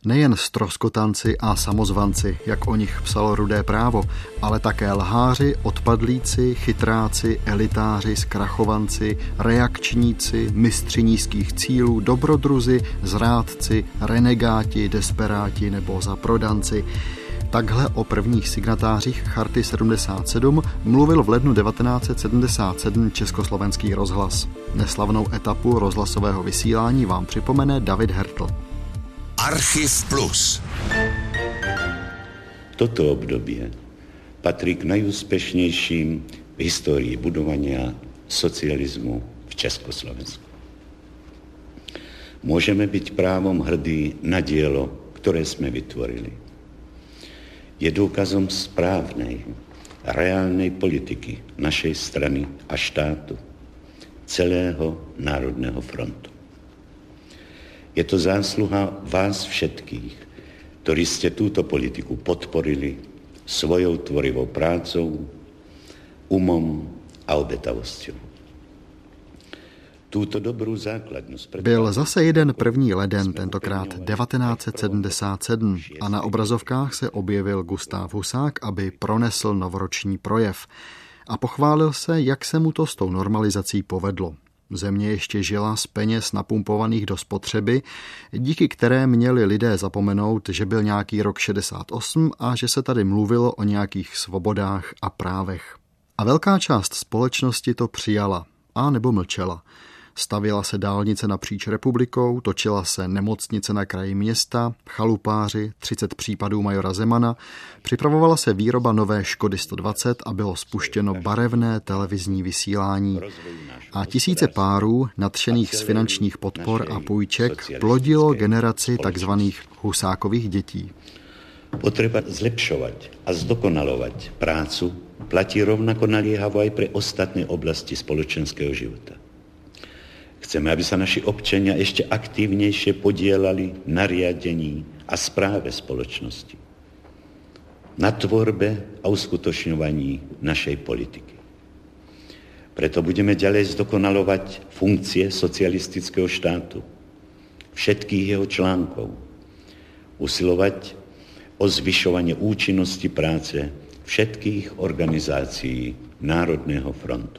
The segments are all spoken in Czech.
Nejen ztroskotanci a samozvanci, jak o nich psalo Rudé právo, ale také lháři, odpadlíci, chytráci, elitáři, zkrachovanci, reakčníci, mistři nízkých cílů, dobrodruzi, zrádci, renegáti, desperáti nebo zaprodanci. Takhle o prvních signatářích Charty 77 mluvil v lednu 1977 Československý rozhlas. Neslavnou etapu rozhlasového vysílání vám připomene David Hertl. Archiv Plus. Toto obdobie patrí k najúspešnejším v histórii budovania socializmu v Československu. Môžeme byť právom hrdí na dielo, ktoré sme vytvorili. Je dôkazom správnej, reálnej politiky našej strany a štátu, celého Národného frontu. Je to zásluha vás všetkých, ktorí ste túto politiku podporili svojou tvorivou prácou, umom a obetavosťou. Túto dobrú základnu... Byl zase jeden 1. leden, tentokrát 1977, a na obrazovkách se objevil Gustav Husák, aby pronesl novoroční projev. A pochválil se, jak se mu to s tou normalizací povedlo. Země ještě žila z peněz napumpovaných do spotřeby, díky které měli lidé zapomenout, že byl nějaký rok 68 a že se tady mluvilo o nějakých svobodách a právech. A velká část společnosti to přijala, a nebo mlčela. Stavěla se dálnice napříč republikou, točila se nemocnice na kraji města, chalupáři, 30 případů majora Zemana, připravovala se výroba nové Škody 120 a bylo spuštěno barevné televizní vysílání. A tisíce párů, nadšených z finančních podpor a půjček, plodilo generaci takzvaných Husákových dětí. Potreba zlepšovať a zdokonalovať prácu platí rovnako naliehavo aj pre ostatné oblasti spoločenského života. Chceme, aby sa naši občania ešte aktívnejšie podielali na riadení a správe spoločnosti, na tvorbe a uskutočňovaní našej politiky. Preto budeme ďalej zdokonalovať funkcie socialistického štátu, všetkých jeho článkov, usilovať o zvyšovanie účinnosti práce všetkých organizácií Národného frontu.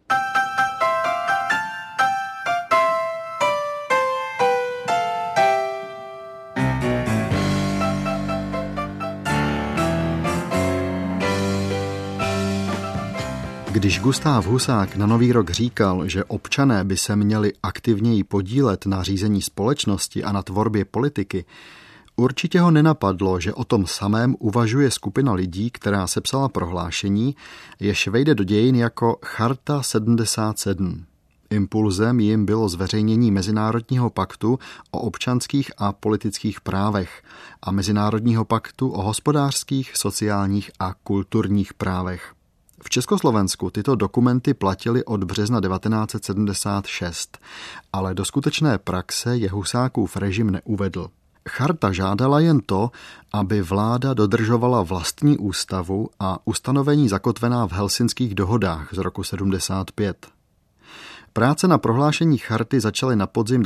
Když Gustav Husák na Nový rok říkal, že občané by se měli aktivněji podílet na řízení společnosti a na tvorbě politiky, určitě ho nenapadlo, že o tom samém uvažuje skupina lidí, která sepsala prohlášení, jež vejde do dějin jako Charta 77. Impulzem jim bylo zveřejnění Mezinárodního paktu o občanských a politických právech a Mezinárodního paktu o hospodářských, sociálních a kulturních právech. V Československu tyto dokumenty platily od března 1976, ale do skutečné praxe je Husákův režim neuvedl. Charta žádala jen to, aby vláda dodržovala vlastní ústavu a ustanovení zakotvená v Helsinských dohodách z roku 75. Práce na prohlášení charty začaly na podzim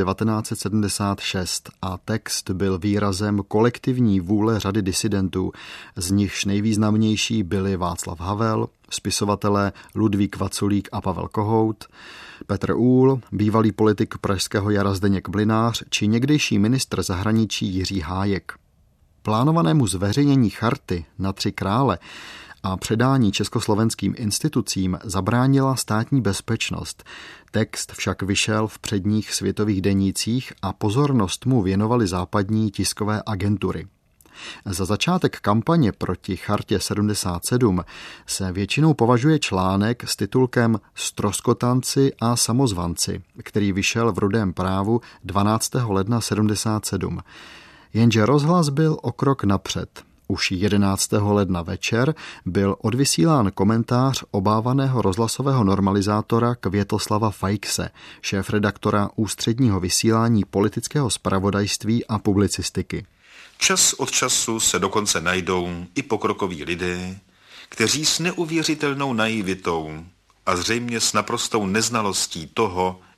1976 a text byl výrazem kolektivní vůle řady disidentů, z nichž nejvýznamnější byli Václav Havel, spisovatelé Ludvík Vaculík a Pavel Kohout, Petr Úhl, bývalý politik Pražského jara Zdeněk Mlynář či někdejší ministr zahraničí Jiří Hájek. Plánovanému zveřejnění charty na 3 krále a předání československým institucím zabránila státní bezpečnost. Text však vyšel v předních světových denících a pozornost mu věnovaly západní tiskové agentury. Za začátek kampaně proti Chartě 77 se většinou považuje článek s titulkem Ztroskotanci a samozvanci, který vyšel v Rudém právu 12. ledna 77. Jenže rozhlas byl o krok napřed. Už 11. ledna večer byl odvysílán komentář obávaného rozhlasového normalizátora Květoslava Fajkse, šéfredaktora ústředního vysílání politického zpravodajství a publicistiky. Čas od času se dokonce najdou i pokrokoví lidé, kteří s neuvěřitelnou naivitou a zřejmě s naprostou neznalostí toho,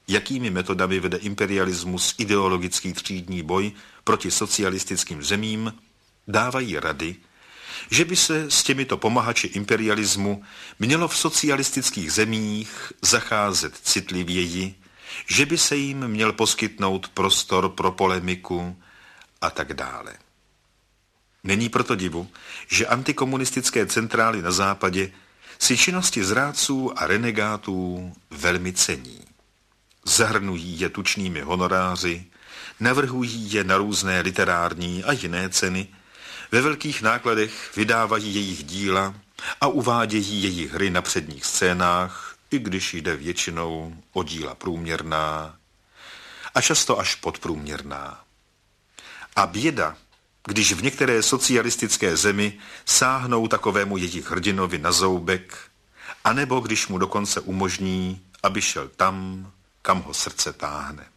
jakými metodami vede imperialismus ideologický třídní boj proti socialistickým zemím, dávají rady, že by se s těmito pomahači imperialismu mělo v socialistických zemích zacházet citlivěji, že by se jim měl poskytnout prostor pro polemiku a tak dále. Není proto divu, že antikomunistické centrály na západě si činnosti zrádců a renegátů velmi cení. Zahrnují je tučnými honoráři, navrhují je na různé literární a jiné ceny, ve velkých nákladech vydávají jejich díla a uvádějí jejich hry na předních scénách, i když jde většinou o díla průměrná a často až podprůměrná. A běda, když v některé socialistické zemi sáhnou takovému jejich hrdinovi na zoubek, anebo když mu dokonce umožní, aby šel tam, kam ho srdce táhne.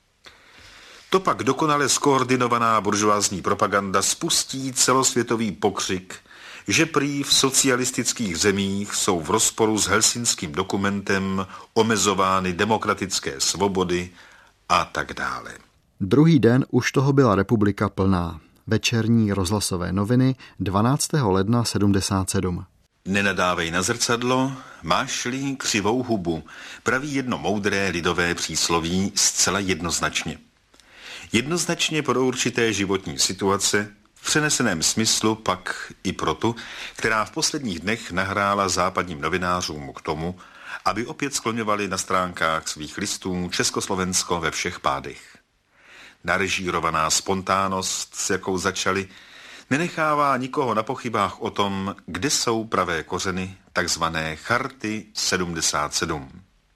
To pak dokonale skoordinovaná buržoázní propaganda spustí celosvětový pokřik, že prý v socialistických zemích jsou v rozporu s helsinským dokumentem omezovány demokratické svobody a tak dále. Druhý den už toho byla republika plná. Večerní rozhlasové noviny 12. ledna 77. Nenadávej na zrcadlo, máš-li křivou hubu, praví jedno moudré lidové přísloví zcela jednoznačně. Jednoznačně pro určité životní situace, v přeneseném smyslu pak i pro tu, která v posledních dnech nahrála západním novinářům k tomu, aby opět skloňovali na stránkách svých listů Československo ve všech pádech. Narežírovaná spontánnost, s jakou začali, nenechává nikoho na pochybách o tom, kde jsou pravé kořeny takzvané Charty 77.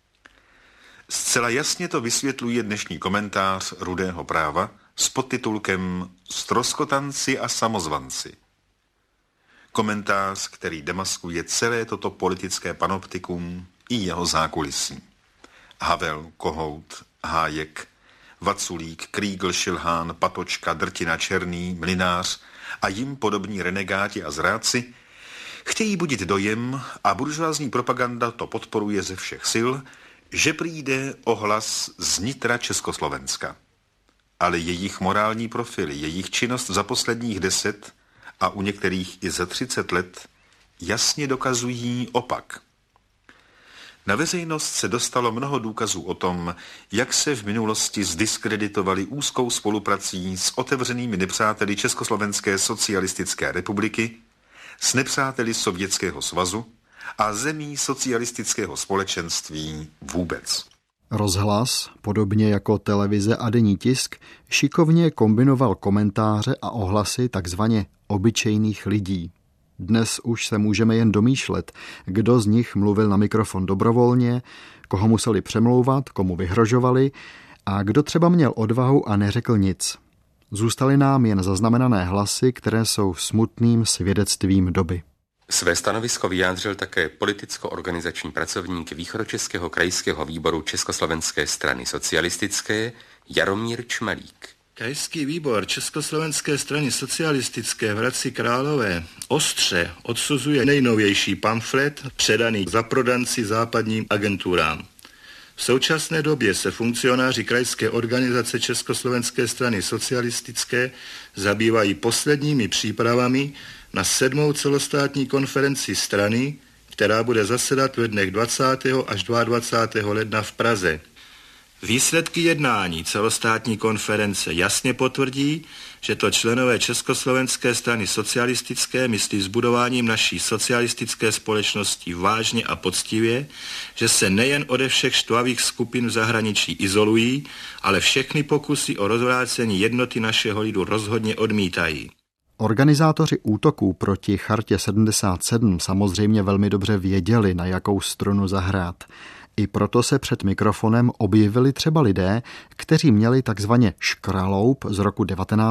Zcela jasně to vysvětluje dnešní komentář Rudého práva s podtitulkem Stroskotanci a samozvanci. Komentář, který demaskuje celé toto politické panoptikum i jeho zákulisí. Havel, Kohout, Hájek, Vaculík, Krígl, Šilhán, Patočka, Drtina, Černý, Mlynář a jim podobní renegáti a zrádci chtějí budit dojem a buržoázní propaganda to podporuje ze všech sil, že přijde o hlas z nitra Československa. Ale jejich morální profily, jejich činnost za posledních 10 a u některých i za 30 let jasně dokazují opak. Na veřejnost se dostalo mnoho důkazů o tom, jak se v minulosti zdiskreditovali úzkou spoluprací s otevřenými nepřáteli Československé socialistické republiky, s nepřáteli Sovětského svazu a zemí socialistického společenství vůbec. Rozhlas, podobně jako televize a denní tisk, šikovně kombinoval komentáře a ohlasy takzvaně obyčejných lidí. Dnes už se můžeme jen domýšlet, kdo z nich mluvil na mikrofon dobrovolně, koho museli přemlouvat, komu vyhrožovali a kdo třeba měl odvahu a neřekl nic. Zůstaly nám jen zaznamenané hlasy, které jsou smutným svědectvím doby. Své stanovisko vyjádřil také politicko-organizační pracovník Východočeského krajského výboru Československé strany socialistické Jaromír Čmalík. Krajský výbor Československé strany socialistické v Hradci Králové ostře odsuzuje nejnovější pamflet předaný zaprodanci západním agenturám. V současné době se funkcionáři krajské organizace Československé strany socialistické zabývají posledními přípravami na 7. celostátní konferenci strany, která bude zasedat ve dnech 20. až 22. ledna v Praze. Výsledky jednání celostátní konference jasně potvrdí, že to členové Československé strany socialistické myslí s budováním naší socialistické společnosti vážně a poctivě, že se nejen ode všech štvavých skupin v zahraničí izolují, ale všechny pokusy o rozvrácení jednoty našeho lidu rozhodně odmítají. Organizátoři útoků proti Chartě 77 samozřejmě velmi dobře věděli, na jakou strunu zahrát. I proto se před mikrofonem objevili třeba lidé, kteří měli takzvaně škraloup z roku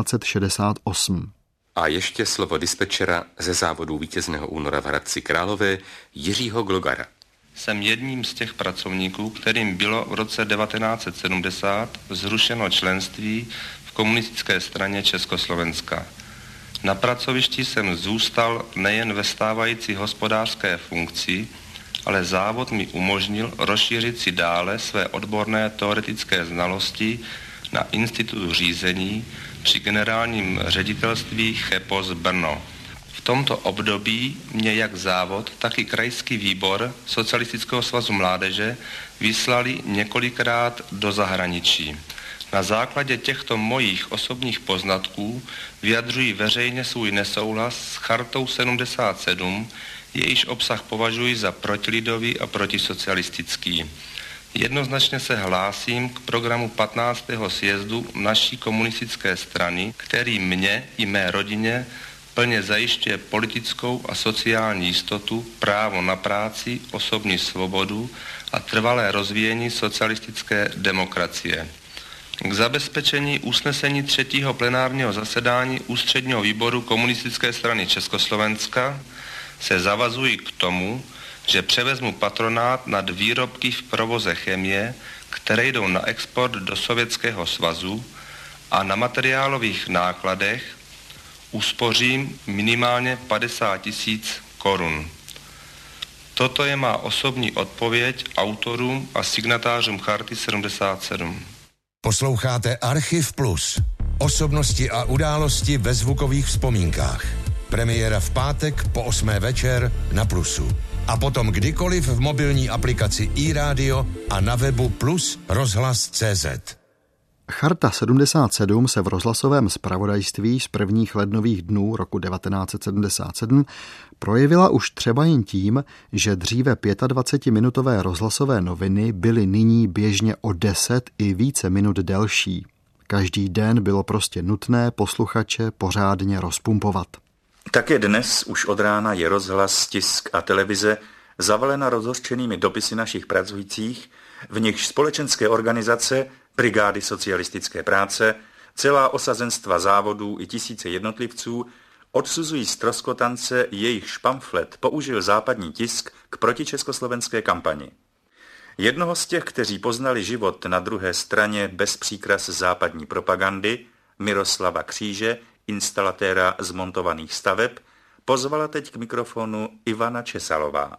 1968. A ještě slovo dispečera ze závodu Vítězného února v Hradci Králové Jiřího Glogara. Jsem jedním z těch pracovníků, kterým bylo v roce 1970 zrušeno členství v komunistické straně Československa. Na pracovišti jsem zůstal nejen ve stávající hospodářské funkci, ale závod mi umožnil rozšířit si dále své odborné teoretické znalosti na Institutu řízení při generálním ředitelství CHEPOS Brno. V tomto období mě jak závod, tak i krajský výbor Socialistického svazu mládeže vyslali několikrát do zahraničí. Na základě těchto mojich osobních poznatků vyjadřuji veřejně svůj nesouhlas s Chartou 77, jejíž obsah považuji za protilidový a protisocialistický. Jednoznačně se hlásím k programu 15. sjezdu naší komunistické strany, který mě i mé rodině plně zajišťuje politickou a sociální jistotu, právo na práci, osobní svobodu a trvalé rozvíjení socialistické demokracie. K zabezpečení usnesení 3. plenárního zasedání Ústředního výboru Komunistické strany Československa se zavazuji k tomu, že převezmu patronát nad výrobky v provoze chemie, které jdou na export do Sovětského svazu, a na materiálových nákladech uspořím minimálně 50 000 korun. Toto je má osobní odpověď autorům a signatářům Charty 77. Posloucháte Archiv Plus. Osobnosti a události ve zvukových vzpomínkách. Premiéra v pátek po 8. večer na Plusu. A potom kdykoliv v mobilní aplikaci iRádio a na webu Plus rozhlas.cz. Charta 77 se v rozhlasovém zpravodajství z prvních lednových dnů roku 1977 projevila už třeba jen tím, že dříve 25-minutové rozhlasové noviny byly nyní běžně o 10 i více minut delší. Každý den bylo prostě nutné posluchače pořádně rozpumpovat. Také dnes už od rána je rozhlas, tisk a televize zavalena rozhořčenými dopisy našich pracujících, v nichž společenské organizace, brigády socialistické práce, celá osazenstva závodů i tisíce jednotlivců odsuzují ztroskotance, jejichž pamflet použil západní tisk k protičeskoslovenské kampani. Jednoho z těch, kteří poznali život na druhé straně bez příkras západní propagandy, Miroslava Kříže, instalatéra zmontovaných staveb, pozvala teď k mikrofonu Ivana Česalová.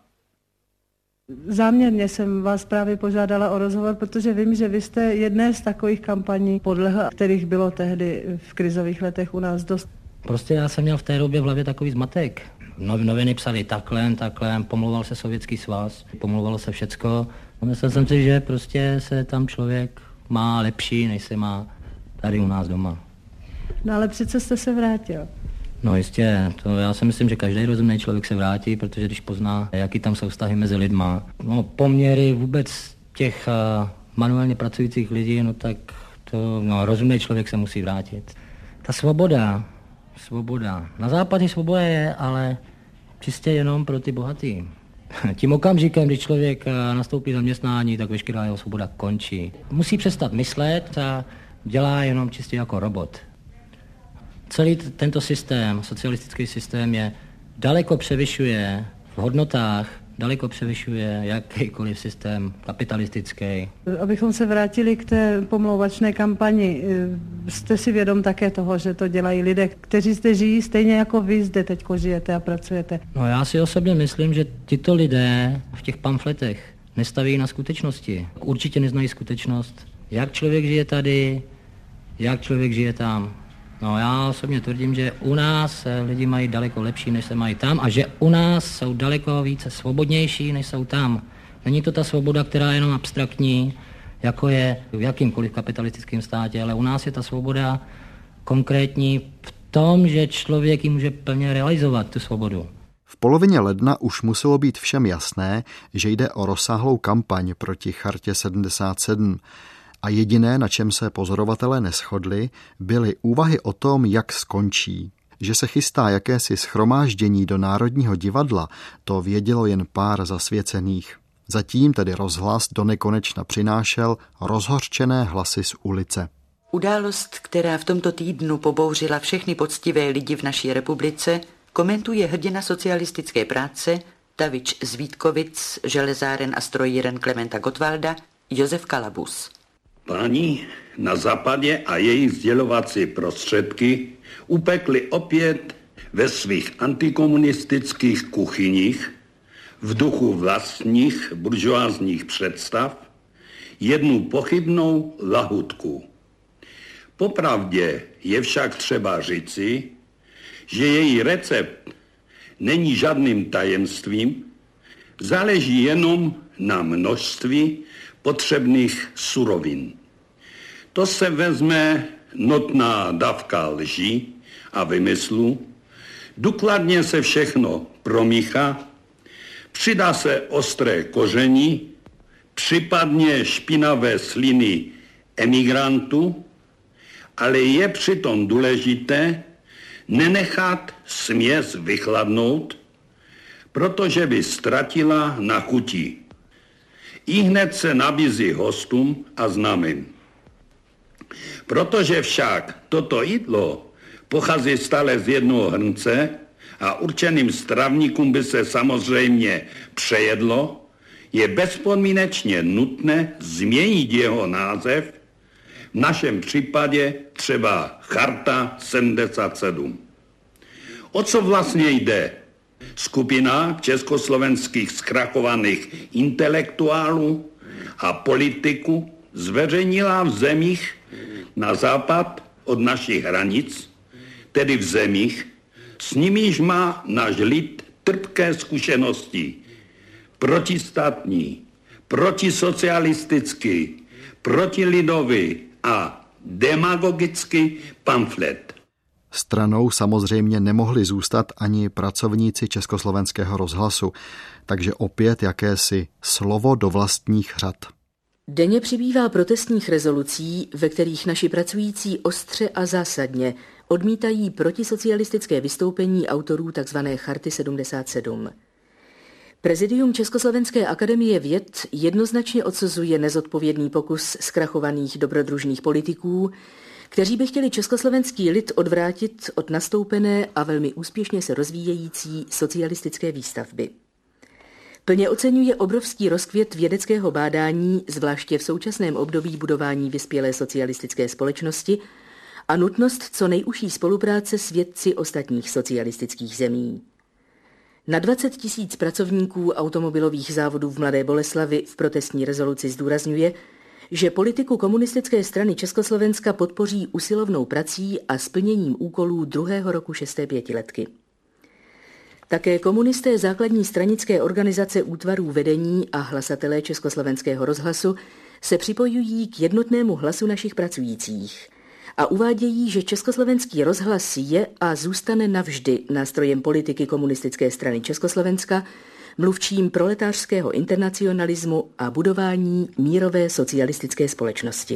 Záměrně jsem vás právě požádala o rozhovor, protože vím, že vy jste jedné z takových kampaní podlehl, kterých bylo tehdy v krizových letech u nás dost. Prostě já jsem měl v té době v hlavě takový zmatek. Noviny psali takhle, pomlouval se Sovětský svaz, pomlouvalo se všecko. Myslel jsem si, že prostě se tam člověk má lepší, než se má tady u nás doma. No ale přece jste se vrátil. No jistě, to já si myslím, že každý rozumný člověk se vrátí, protože když pozná, jaký tam jsou vztahy mezi lidma, no poměry vůbec těch manuálně pracujících lidí, no tak to, rozumný člověk se musí vrátit. Ta svoboda. Na západě svoboda je, ale čistě jenom pro ty bohatý. Tím okamžikem, když člověk nastoupí zaměstnání, tak veškerá jeho svoboda končí. Musí přestat myslet a dělá jenom čistě jako robot. Celý tento systém, socialistický systém, je daleko převyšuje v hodnotách, daleko převyšuje jakýkoliv systém kapitalistický. Abychom se vrátili k té pomlouvačné kampani, jste si vědom také toho, že to dělají lidé, kteří zde žijí stejně jako vy zde teďko žijete a pracujete? No já si osobně myslím, že tyto lidé v těch pamfletech nestaví na skutečnosti. Určitě neznají skutečnost, jak člověk žije tady, jak člověk žije tam. No já osobně tvrdím, že u nás lidi mají daleko lepší, než se mají tam, a že u nás jsou daleko více svobodnější, než jsou tam. Není to ta svoboda, která je jenom abstraktní, jako je v jakýmkoliv kapitalistickém státě, ale u nás je ta svoboda konkrétní v tom, že člověk ji může plně realizovat, tu svobodu. V polovině ledna už muselo být všem jasné, že jde o rozsáhlou kampaň proti Chartě 77. A jediné, na čem se pozorovatelé neshodli, byly úvahy o tom, jak skončí. Že se chystá jakési shromáždění do Národního divadla, to vědělo jen pár zasvěcených. Zatím tedy rozhlas do nekonečna přinášel rozhořčené hlasy z ulice. Událost, která v tomto týdnu pobouřila všechny poctivé lidi v naší republice, komentuje hrdina socialistické práce, tavič z Vítkovic, železáren a strojíren Klementa Gottwalda, Josef Kalabus. Páni na západě a jejich sdělovací prostředky upekli opět ve svých antikomunistických kuchyních v duchu vlastních buržoázních představ jednu pochybnou lahůdku. Popravdě je však třeba říci, že její recept není žádným tajemstvím, záleží jenom na množství potřebných surovin. To se vezme notná dávka lží a vymyslu, důkladně se všechno promíchá, přidá se ostré koření, případně špinavé sliny emigrantů, ale je přitom důležité nenechat směs vychladnout, protože by ztratila na chuti. Ihned se nabízí hostům a známým. Protože však toto jídlo pochází stále z jednoho hrnce a určeným stravníkům by se samozřejmě přejedlo, je bezpodmínečně nutné změnit jeho název, v našem případě třeba Charta 77. O co vlastně jde? Skupina československých zkrachovaných intelektuálů a politiků zveřejnila v zemích na západ od našich hranic, tedy v zemích, s nimiž má náš lid trpké zkušenosti, protistátní, protisocialistický, protilidový a demagogický pamflet. Stranou samozřejmě nemohli zůstat ani pracovníci Československého rozhlasu, takže opět jakési slovo do vlastních řad. Denně přibývá protestních rezolucí, ve kterých naši pracující ostře a zásadně odmítají protisocialistické vystoupení autorů tzv. Charty 77. Prezidium Československé akademie věd jednoznačně odsuzuje nezodpovědný pokus zkrachovaných dobrodružných politiků, kteří by chtěli československý lid odvrátit od nastoupené a velmi úspěšně se rozvíjející socialistické výstavby. Plně oceňuje obrovský rozkvět vědeckého bádání, zvláště v současném období budování vyspělé socialistické společnosti a nutnost co nejužší spolupráce s vědci ostatních socialistických zemí. Na 20 000 pracovníků automobilových závodů v Mladé Boleslavi v protestní rezoluci zdůrazňuje, že politiku komunistické strany Československa podpoří usilovnou prací a splněním úkolů druhého roku 6. pětiletky. Také komunisté základní stranické organizace útvarů vedení a hlasatelé Československého rozhlasu se připojují k jednotnému hlasu našich pracujících a uvádějí, že Československý rozhlas je a zůstane navždy nástrojem politiky komunistické strany Československa, mluvčím proletářského internacionalismu a budování mírové socialistické společnosti.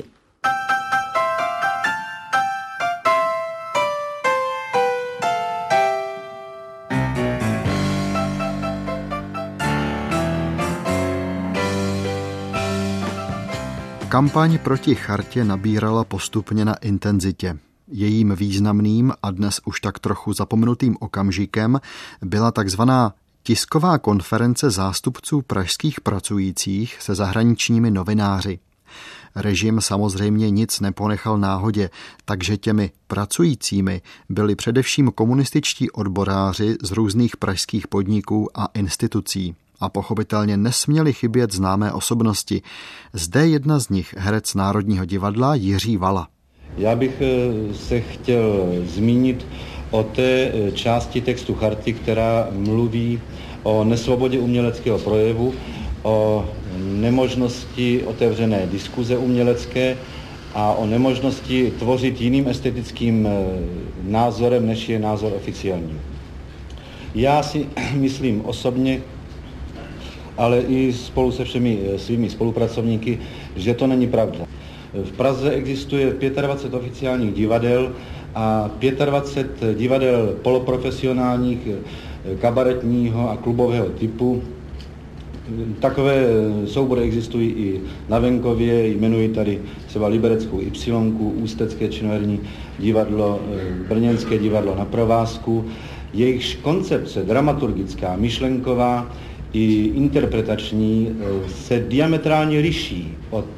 Kampaň proti chartě nabírala postupně na intenzitě. Jejím významným a dnes už tak trochu zapomenutým okamžikem byla takzvaná tisková konference zástupců pražských pracujících se zahraničními novináři. Režim samozřejmě nic neponechal náhodě, takže těmi pracujícími byli především komunističtí odboráři z různých pražských podniků a institucí. A pochopitelně nesměly chybět známé osobnosti. Zde jedna z nich, herec Národního divadla Jiří Vala. Já bych se chtěl zmínit o té části textu charty, která mluví o nesvobodě uměleckého projevu, o nemožnosti otevřené diskuze umělecké a o nemožnosti tvořit jiným estetickým názorem, než je názor oficiální. Já si myslím osobně, ale i spolu se všemi svými spolupracovníky, že to není pravda. V Praze existuje 25 oficiálních divadel a 25 divadel poloprofesionálních, kabaretního a klubového typu. Takové soubory existují i na venkově, jmenuji tady třeba Libereckou Ypsilonku, Ústecké činoherní divadlo, Brněnské divadlo na provázku. Jejichž koncepce dramaturgická, myšlenková i interpretační se diametrálně liší od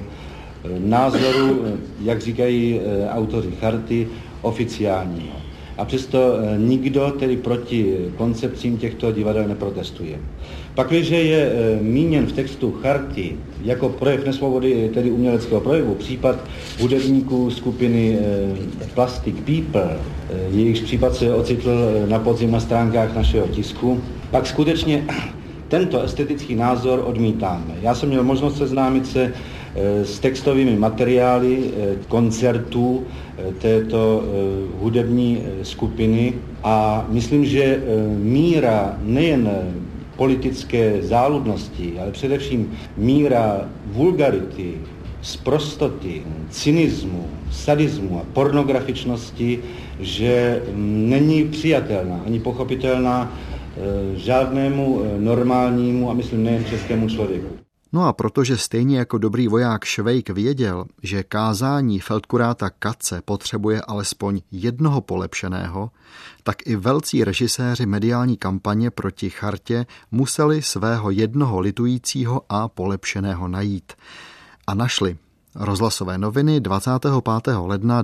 názoru, jak říkají autoři charty, oficiálního. a přesto nikdo tedy proti koncepcím těchto divadel neprotestuje. Pakliže je míněn v textu charty jako projev nesvobody, tedy uměleckého projevu, případ hudebníků skupiny Plastic People, jejichž případ se ocitl na podzim na stránkách našeho tisku, pak skutečně tento estetický názor odmítáme. Já jsem měl možnost seznámit se s textovými materiály koncertů této hudební skupiny a myslím, že míra nejen politické záludnosti, ale především míra vulgarity, sprostoty, cynismu, sadismu a pornografičnosti, že není přijatelná ani pochopitelná žádnému normálnímu a myslím nejen českému člověku. No a protože stejně jako dobrý voják Švejk věděl, že kázání feldkuráta Katze potřebuje alespoň jednoho polepšeného, tak i velcí režiséři mediální kampaně proti chartě museli svého jednoho litujícího a polepšeného najít. A našli. Rozhlasové noviny 25. ledna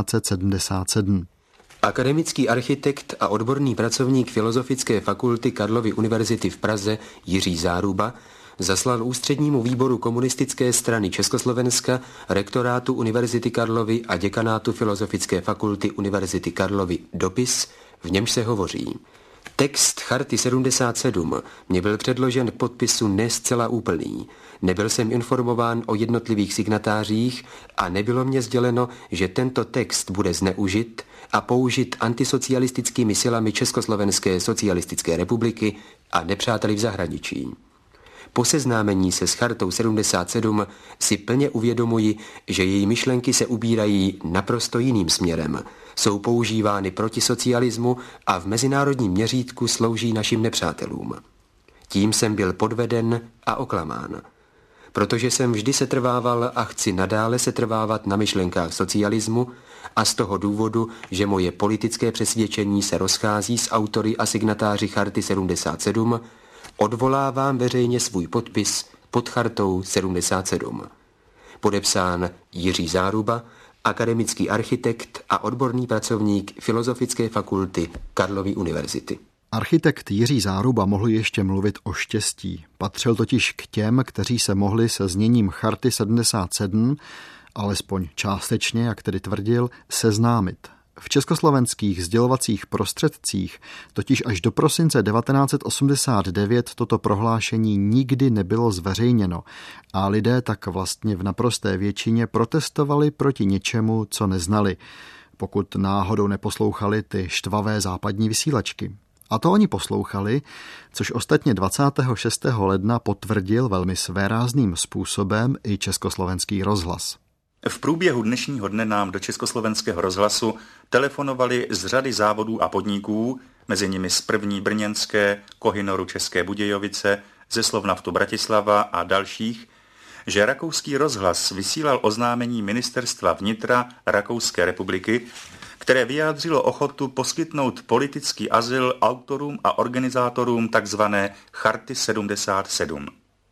1977. Akademický architekt a odborný pracovník Filozofické fakulty Karlovy univerzity v Praze Jiří Záruba zaslal Ústřednímu výboru Komunistické strany Československa, rektorátu Univerzity Karlovy a děkanátu Filozofické fakulty Univerzity Karlovy dopis, v němž se hovoří: Text Charty 77 mě byl předložen k podpisu ne zcela úplný. Nebyl jsem informován o jednotlivých signatářích a nebylo mě sděleno, že tento text bude zneužit a použit antisocialistickými silami Československé socialistické republiky a nepřáteli v zahraničí. Po seznámení se s Chartou 77 si plně uvědomuji, že její myšlenky se ubírají naprosto jiným směrem. Jsou používány proti socialismu a v mezinárodním měřítku slouží našim nepřátelům. Tím jsem byl podveden a oklamán. Protože jsem vždy setrvával a chci nadále setrvávat na myšlenkách socialismu a z toho důvodu, že moje politické přesvědčení se rozchází s autory a signatáři Charty 77, odvolávám veřejně svůj podpis pod Chartou 77. Podepsán Jiří Záruba, akademický architekt a odborný pracovník Filozofické fakulty Karlovy univerzity. Architekt Jiří Záruba mohl ještě mluvit o štěstí. Patřil totiž k těm, kteří se mohli se zněním Charty 77, alespoň částečně, jak tedy tvrdil, seznámit. V československých sdělovacích prostředcích totiž až do prosince 1989 toto prohlášení nikdy nebylo zveřejněno a lidé tak vlastně v naprosté většině protestovali proti něčemu, co neznali, pokud náhodou neposlouchali ty štvavé západní vysílačky. A to oni poslouchali, což ostatně 26. ledna potvrdil velmi svérázným způsobem i Československý rozhlas. V průběhu dnešního dne nám do Československého rozhlasu telefonovali z řady závodů a podniků, mezi nimi z první brněnské, Kohinoru České Budějovice, ze Slovnaftu Bratislava a dalších, že rakouský rozhlas vysílal oznámení Ministerstva vnitra Rakouské republiky, které vyjádřilo ochotu poskytnout politický azyl autorům a organizátorům tzv. Charty 77.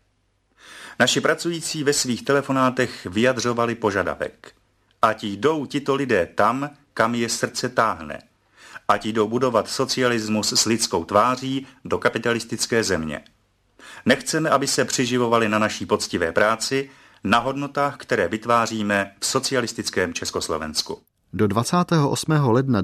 Naši pracující ve svých telefonátech vyjadřovali požadavek. Ať jdou tito lidé tam, kam je srdce táhne. Ať jdou budovat socialismus s lidskou tváří do kapitalistické země. Nechceme, aby se přiživovali na naší poctivé práci, na hodnotách, které vytváříme v socialistickém Československu. Do 28. ledna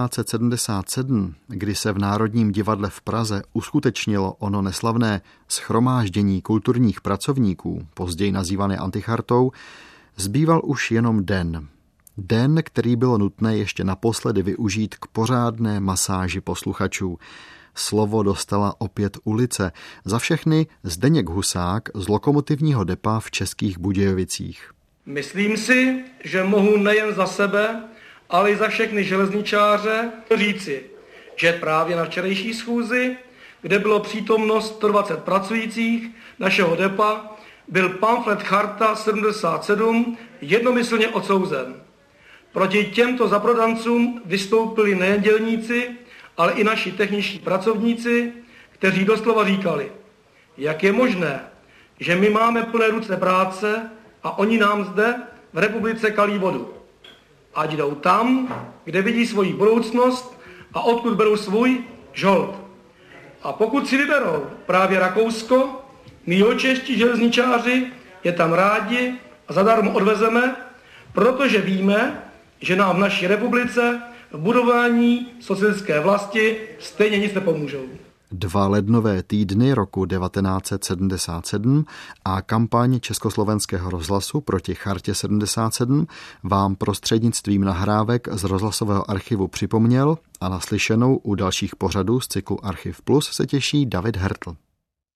1977, kdy se v Národním divadle v Praze uskutečnilo ono neslavné shromáždění kulturních pracovníků, později nazývané antichartou, zbýval už jenom den. Den, který bylo nutné ještě naposledy využít k pořádné masáži posluchačů. Slovo dostala opět ulice. Za všechny Zdeněk Husák z lokomotivního depa v Českých Budějovicích. Myslím si, že mohu nejen za sebe, ale i za všechny železničáře říci, že právě na včerejší schůzi, kde bylo přítomno 120 pracujících našeho depa, byl pamflet Charta 77 jednomyslně odsouzen. Proti těmto zaprodancům vystoupili nejen dělníci, ale i naši techničtí pracovníci, kteří doslova říkali, jak je možné, že my máme plné ruce práce a oni nám zde v republice kalí vodu. Ať jdou tam, kde vidí svoji budoucnost a odkud berou svůj žolt. A pokud si vyberou právě Rakousko, my čeští železničáři je tam rádi a zadarmo odvezeme, protože víme, že nám v naší republice v budování socialistické vlasti stejně nic nepomůžou. 2 lednové týdny roku 1977 a kampaň Československého rozhlasu proti Chartě 77 vám prostřednictvím nahrávek z rozhlasového archivu připomněl a naslyšenou u dalších pořadů z cyklu Archiv Plus se těší David Hertl.